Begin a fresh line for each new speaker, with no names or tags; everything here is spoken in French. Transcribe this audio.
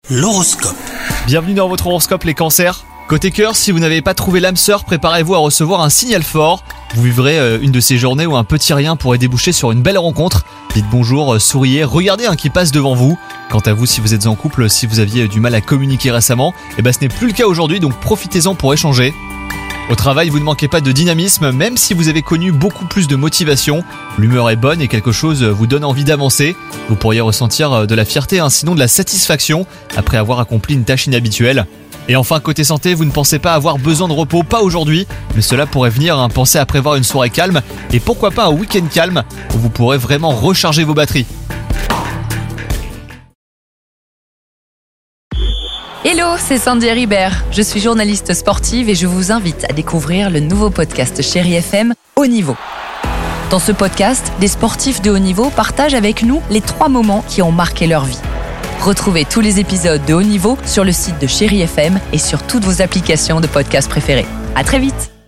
L'horoscope.
Bienvenue dans votre horoscope les cancers. Côté cœur, si vous n'avez pas trouvé l'âme sœur, préparez-vous à recevoir un signal fort. Vous vivrez une de ces journées où un petit rien pourrait déboucher sur une belle rencontre. Dites bonjour, souriez, regardez un qui passe devant vous. Quant à vous, si vous êtes en couple, si vous aviez du mal à communiquer récemment, ce n'est plus le cas aujourd'hui, donc profitez-en pour échanger. Au travail, vous ne manquez pas de dynamisme, même si vous avez connu beaucoup plus de motivation. L'humeur est bonne et quelque chose vous donne envie d'avancer. Vous pourriez ressentir de la fierté, sinon de la satisfaction, après avoir accompli une tâche inhabituelle. Et enfin, côté santé, vous ne pensez pas avoir besoin de repos, pas aujourd'hui, mais cela pourrait venir, pensez à prévoir une soirée calme, et pourquoi pas un week-end calme, où vous pourrez vraiment recharger vos batteries.
Hello, c'est Sandy Ribert. Je suis journaliste sportive et je vous invite à découvrir le nouveau podcast Chérie FM, Haut Niveau. Dans ce podcast, des sportifs de haut niveau partagent avec nous les 3 moments qui ont marqué leur vie. Retrouvez tous les épisodes de Haut Niveau sur le site de Chérie FM et sur toutes vos applications de podcast préférées. À très vite.